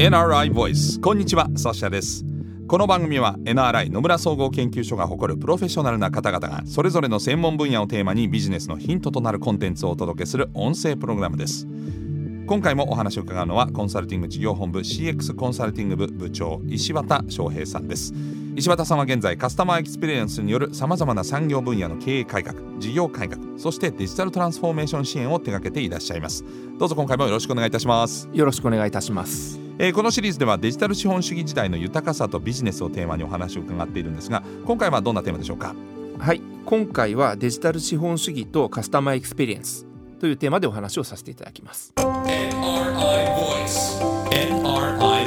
NRI Voice。 こんにちは、サッシャです。この番組は NRI 野村総合研究所が誇るプロフェッショナルな方々がそれぞれの専門分野をテーマにビジネスのヒントとなるコンテンツをお届けする音声プログラムです。今回もお話を伺うのはコンサルティング事業本部 CX コンサルティング部部長石渡翔平さんです。石渡さんは現在カスタマーエクスペリエンスによるさまざまな産業分野の経営改革、事業改革、そしてデジタルトランスフォーメーション支援を手掛けていらっしゃいます。どうぞ今回もよろしくお願いいたします。 よろしくお願いいたします。 このシリーズではデジタル資本主義時代の豊かさとビジネスをテーマにお話を伺っているんですが、今回はどんなテーマでしょうか？ はい、今回はデジタル資本主義とカスタマーエクスペリエンスというテーマでお話をさせていただきます。 NRI Voice。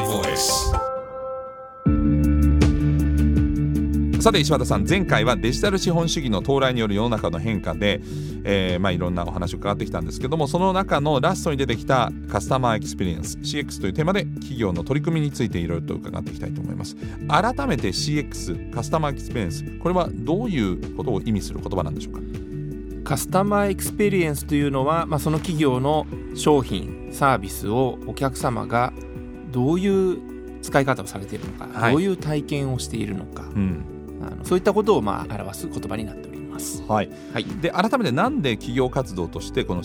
さて石渡さん、前回はデジタル資本主義の到来による世の中の変化で、いろんなお話を伺ってきたんですけども、その中のラストに出てきたカスタマーエクスペリエンス CX というテーマで企業の取り組みについていろいろと伺っていきたいと思います。改めて CX カスタマーエクスペリエンス、これはどういうことを意味する言葉なんでしょうか？ カスタマーエクスペリエンスというのは、その企業の商品サービスをお客様がどういう使い方をされているのか、どういう体験をしているのか、そういったことを表す言葉になっております。で改めてなんで企業活動としてこの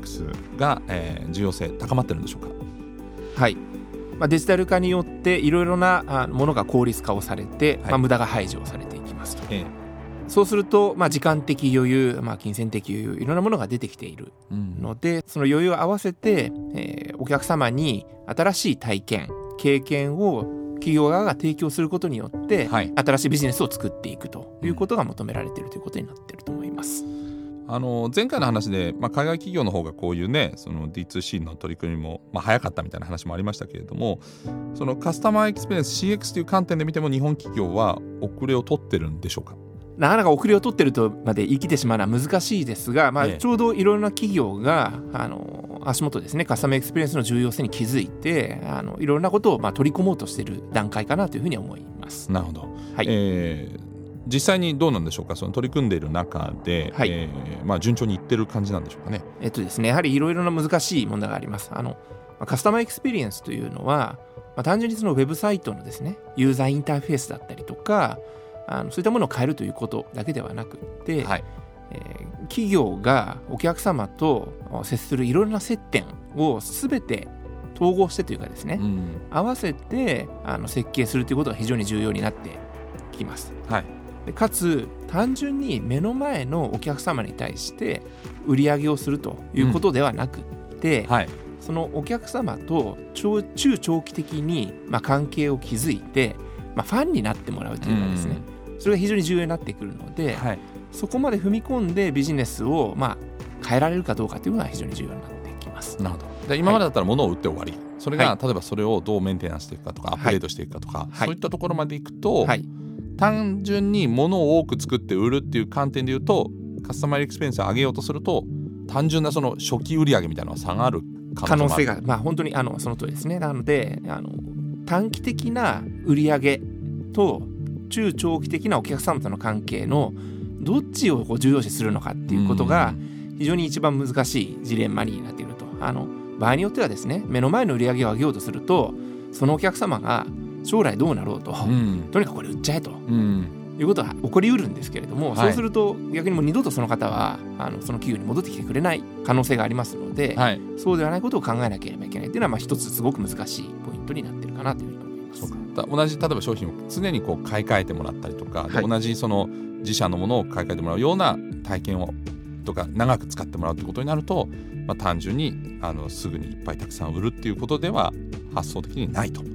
CX が、重要性高まってるんでしょうか？デジタル化によっていろいろなものが効率化をされて、無駄が排除されていきますと。そうすると、時間的余裕、金銭的余裕、いろんなものが出てきているので、その余裕を合わせて、お客様に新しい体験経験を企業側が提供することによって、新しいビジネスを作っていくということが求められているということになっていると思います。 前回の話で、海外企業の方がこういうね、その D2C の取り組みも、早かったみたいな話もありましたけれども、そのカスタマーエクスペリエンス CX という観点で見ても日本企業は遅れを取ってるんでしょうか？ なかなか遅れを取ってるとまで言い切ってしまうのは難しいですが、ちょうどいろいろな企業が足元ですね、カスタマーエクスペリエンスの重要性に気づいていろいろなことを取り込もうとしている段階かなというふうに思います。 なるほど。実際にどうなんでしょうか？その取り組んでいる中で、順調にいってる感じなんでしょうかね？ ですね、やはりいろいろな難しい問題があります。カスタマーエクスペリエンスというのは、単純にそのウェブサイトのですね、ユーザーインターフェースだったりとかそういったものを変えるということだけではなくて、企業がお客様と接するいろいろな接点を全て統合してというかですね、合わせて設計するということが非常に重要になってきます。でかつ単純に目の前のお客様に対して売り上げをするということではなくて、そのお客様と中長期的に関係を築いて、ファンになってもらうというかですね、それが非常に重要になってくるので、そこまで踏み込んでビジネスを変えられるかどうかというのが非常に重要になってきます。 なるほど。で今までだったら物を売って終わり、それが例えばそれをどうメンテナンスしていくかとか、アップデートしていくかとか、そういったところまでいくと、単純に物を多く作って売るっていう観点でいうと、カスタマーエクスペリエンスを上げようとすると、単純なその初期売上みたいなのは下がる可能性が本当にその通りですね。なので短期的な売上と中長期的なお客様との関係のどっちを重要視するのかっていうことが非常に一番難しいジレンマになっていると。場合によってはですね、目の前の売り上げを上げようとすると、そのお客様が将来どうなろうと、とにかくこれ売っちゃえと、いうことが起こりうるんですけれども、そうすると逆にもう二度とその方はその企業に戻ってきてくれない可能性がありますので、そうではないことを考えなければいけないというのは一つすごく難しいポイントになっているかなというふうに思います。 同じ例えば商品を常に買い替えてもらったりとか、同じその自社のものを買い替えてもらうような体験をとか長く使ってもらうということになると、単純にすぐにいっぱいたくさん売るっていうことでは発想的にないと。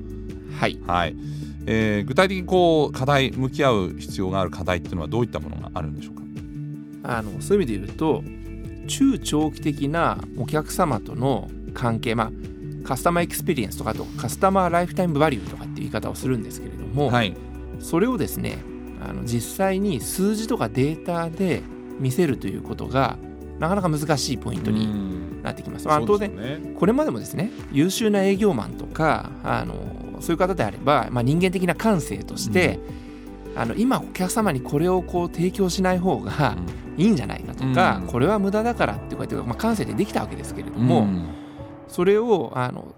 具体的に課題、向き合う必要がある課題っていうのはどういったものがあるんでしょうか？ そういう意味で言うと、中長期的なお客様との関係、カスタマーエクスペリエンスとかとカスタマーライフタイムバリューとかっていう言い方をするんですけれども、それをですね実際に数字とかデータで見せるということがなかなか難しいポイントになってきます。当然これまでもですね、優秀な営業マンとかそういう方であれば、人間的な感性として、今お客様にこれを提供しない方がいいんじゃないかとか、これは無駄だからってこうやって、感性でできたわけですけれども、それを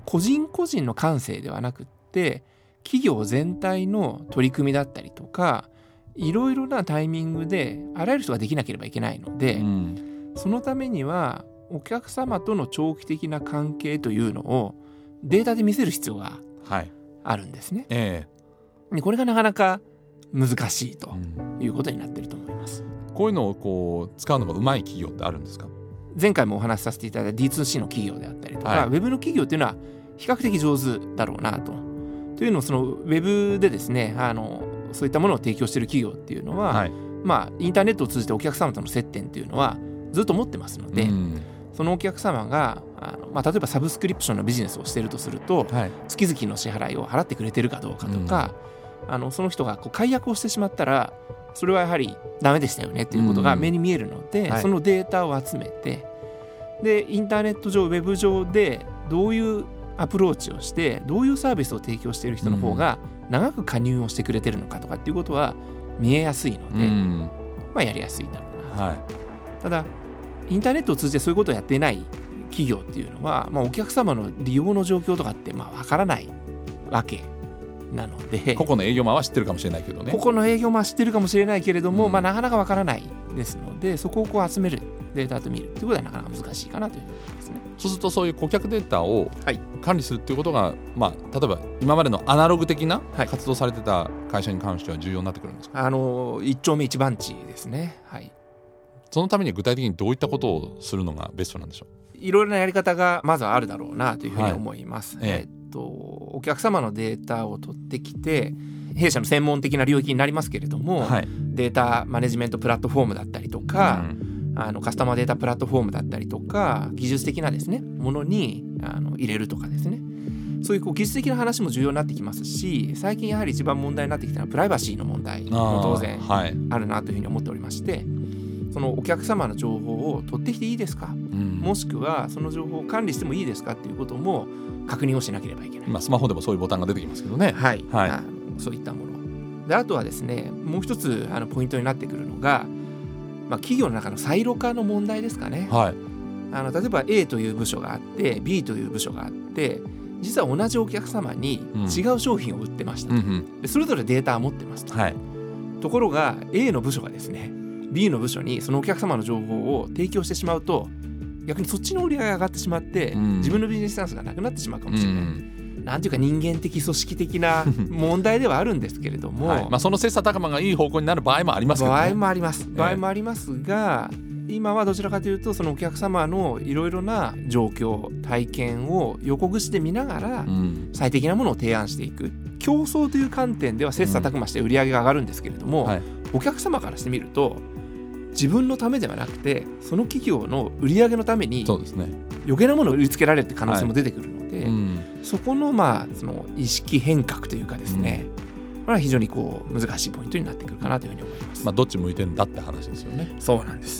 個人個人の感性ではなくって企業全体の取り組みだったりとかいろいろなタイミングであらゆる人ができなければいけないので、そのためにはお客様との長期的な関係というのをデータで見せる必要があるんですね、でこれがなかなか難しいということになっていると思います。 こういうのをこう使うのがうまい企業ってあるんですか？ 前回もお話しさせていただいた D2C の企業であったりとか、ウェブの企業っていうのは比較的上手だろうなというのをそのウェブでですねそういったものを提供している企業っていうのは、インターネットを通じてお客様との接点っていうのはずっと持ってますので、そのお客様が例えばサブスクリプションのビジネスをしているとすると、月々の支払いを払ってくれてるかどうかとか、その人がこう解約をしてしまったらそれはやはりダメでしたよねっていうことが目に見えるので、そのデータを集めてでインターネット上ウェブ上でどういうアプローチをしてどういうサービスを提供している人の方が長く加入をしてくれてるのかとかっていうことは見えやすいので、やりやすいだろうなと、ただインターネットを通じてそういうことをやっていない企業っていうのは、お客様の利用の状況とかってわからないわけなので、 個々の営業マンは知ってるかもしれないけどね、 個々の営業マンは知ってるかもしれないけれども、なかなかわからないですので、そこをこう集めるデータと見るということはなかなか難しいかなというふうに思いますね。 そうするとそういう顧客データを管理するっていうことが、例えば今までのアナログ的な活動されてた会社に関しては重要になってくるんですか？ 一丁目一番地ですね。 そのために具体的にどういったことをするのがベストなんでしょう？ いろいろなやり方がまずはあるだろうなというふうに思います、お客様のデータを取ってきて弊社の専門的な領域になりますけれども、データマネジメントプラットフォームだったりとか、カスタマーデータプラットフォームだったりとか技術的なですねものに入れるとかですね、そういう技術的な話も重要になってきますし、最近やはり一番問題になってきたのはプライバシーの問題も当然あるなというふうに思っておりまして、そのお客様の情報を取ってきていいですか、もしくはその情報を管理してもいいですかっていうことも確認をしなければいけない。 スマホでもそういうボタンが出てきますけどね。 そういったもので、あとはですねもう一つポイントになってくるのが、企業の中のサイロ化の問題ですかね。例えば A という部署があって B という部署があって、実は同じお客様に違う商品を売ってましたと、でそれぞれデータを持ってますと、ところが A の部署がですね B の部署にそのお客様の情報を提供してしまうと、逆にそっちの売り上げが上がってしまって、自分のビジネスチャンスがなくなってしまうかもしれない、なんていうか人間的組織的な問題ではあるんですけれども、 その切磋琢磨がいい方向になる場合もありますけどね。 場合もありますが、今はどちらかというとそのお客様のいろいろな状況体験を横串で見ながら最適なものを提案していく、競争という観点では切磋琢磨して売り上げが上がるんですけれども、お客様からしてみると自分のためではなくてその企業の売り上げのために余計なものを売りつけられるって可能性も出てくるので、そこのその意識変革というかですね、これは非常に難しいポイントになってくるかなというふうに思います。 どっち向いてんだって話ですよね。 そうなんです、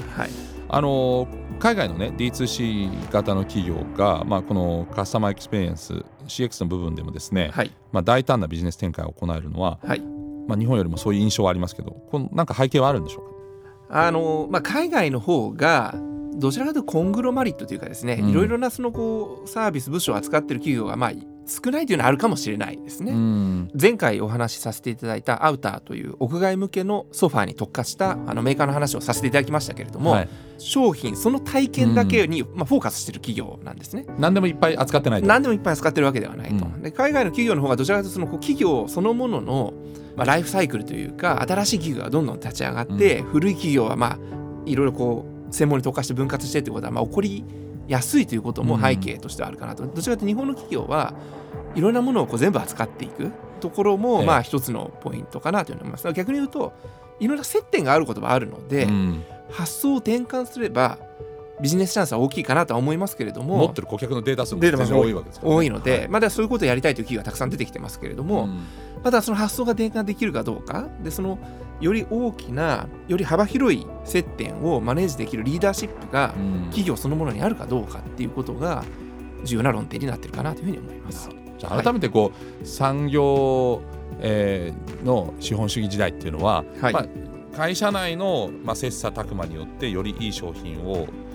海外のね D2C 型の企業が、このカスタマーエクスペリエンス CX の部分でもですね、大胆なビジネス展開を行えるのは、日本よりもそういう印象はありますけど、なんか背景はあるんでしょうか？ 海外の方がどちらかというとコングロマリットというかですね、いろいろなそのサービス部署を扱っている企業が少ないというのはあるかもしれないですね。前回お話しさせていただいたアウターという屋外向けのソファーに特化したメーカーの話をさせていただきましたけれども、商品その体験だけにフォーカスしている企業なんですね。 何でもいっぱい扱ってないと。 何でもいっぱい扱ってるわけではないと、で海外の企業の方がどちらかというとその企業そのもののライフサイクルというか、新しい企業がどんどん立ち上がって、古い企業はいろいろ専門に特化して分割してということは起こりやすいということも背景としてはあるかなと。どちらかというと日本の企業はいろんなものを全部扱っていくところも一つのポイントかなというふうに思います。逆に言うといろんな接点があることはあるので、発想を転換すればビジネスチャンスは大きいかなとは思いますけれども、 持ってる顧客のデータ数も非常に多いわけですからね。 多いので、まだそういうことをやりたいという企業がたくさん出てきてますけれども、まだその発想が転換できるかどうかで、そのより大きなより幅広い接点をマネージできるリーダーシップが企業そのものにあるかどうかっていうことが重要な論点になっているかなというふうに思います。 じゃあ改めて産業、の資本主義時代っていうのは、会社内の切磋琢磨によってよりいい商品を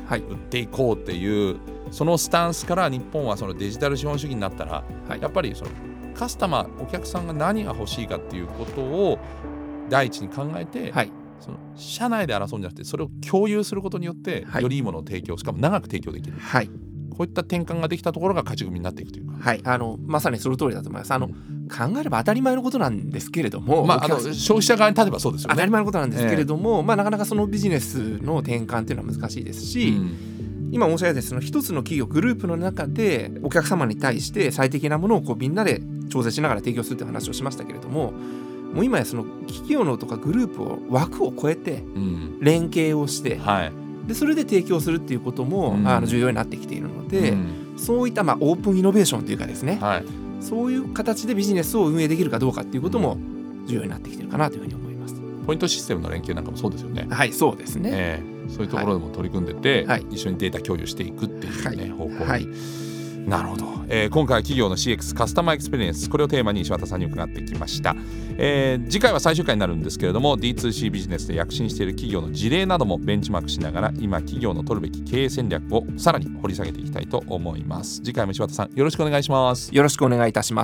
はい売っていこうっていうそのスタンスから日本はそのデジタル資本主義になったら、 はいやっぱりそのカスタマーお客さんが何が欲しいかっていうことを第一に考えて、 はいその社内で争うんじゃなくてそれを共有することによって、 はいよりいいものを提供しかも長く提供できる、 はいこういった転換ができたところが勝ち組になっていくというか、 はい、まさにその通りだと思います。考えれば当たり前のことなんですけれども、 消費者側に立てばそうですよね。 当たり前のことなんですけれども、なかなかそのビジネスの転換っていうのは難しいですし、今申し上げたその一つの企業グループの中でお客様に対して最適なものをみんなで調整しながら提供するという話をしましたけれども、もう今やその企業のとかグループを枠を超えて連携をして、でそれで提供するっていうことも、重要になってきているので、そういったオープンイノベーションというかですね、そういう形でビジネスを運営できるかどうかっていうことも重要になってきているかなというふうに思います。 ポイントシステムの連携なんかもそうですよね。 はい、そうですね、 そういうところでも取り組んでて、 一緒にデータ共有していくっていう、方向に、なるほど、今回は企業の CX カスタマーエクスペリエンス、これをテーマに石渡さんに伺ってきました。次回は最終回になるんですけれども D2C ビジネスで躍進している企業の事例などもベンチマークしながら今企業の取るべき経営戦略をさらに掘り下げていきたいと思います。次回も石渡さんよろしくお願いします。 よろしくお願いいたします。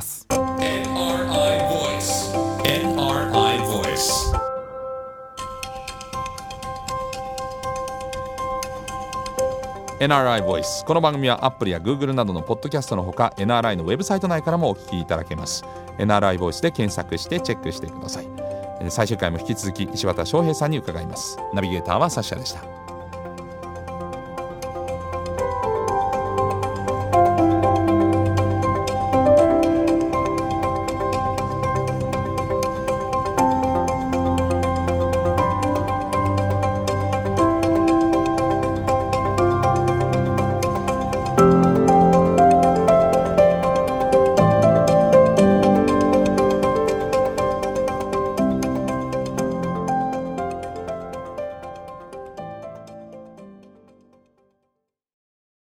NRI Voice、 この番組は Apple や Google などのポッドキャストのほか NRI のウェブサイト内からもお聞きいただけます。 NRI Voice で検索してチェックしてください。最終回も引き続き石渡翔平さんに伺います。ナビゲーターはサッシャでした。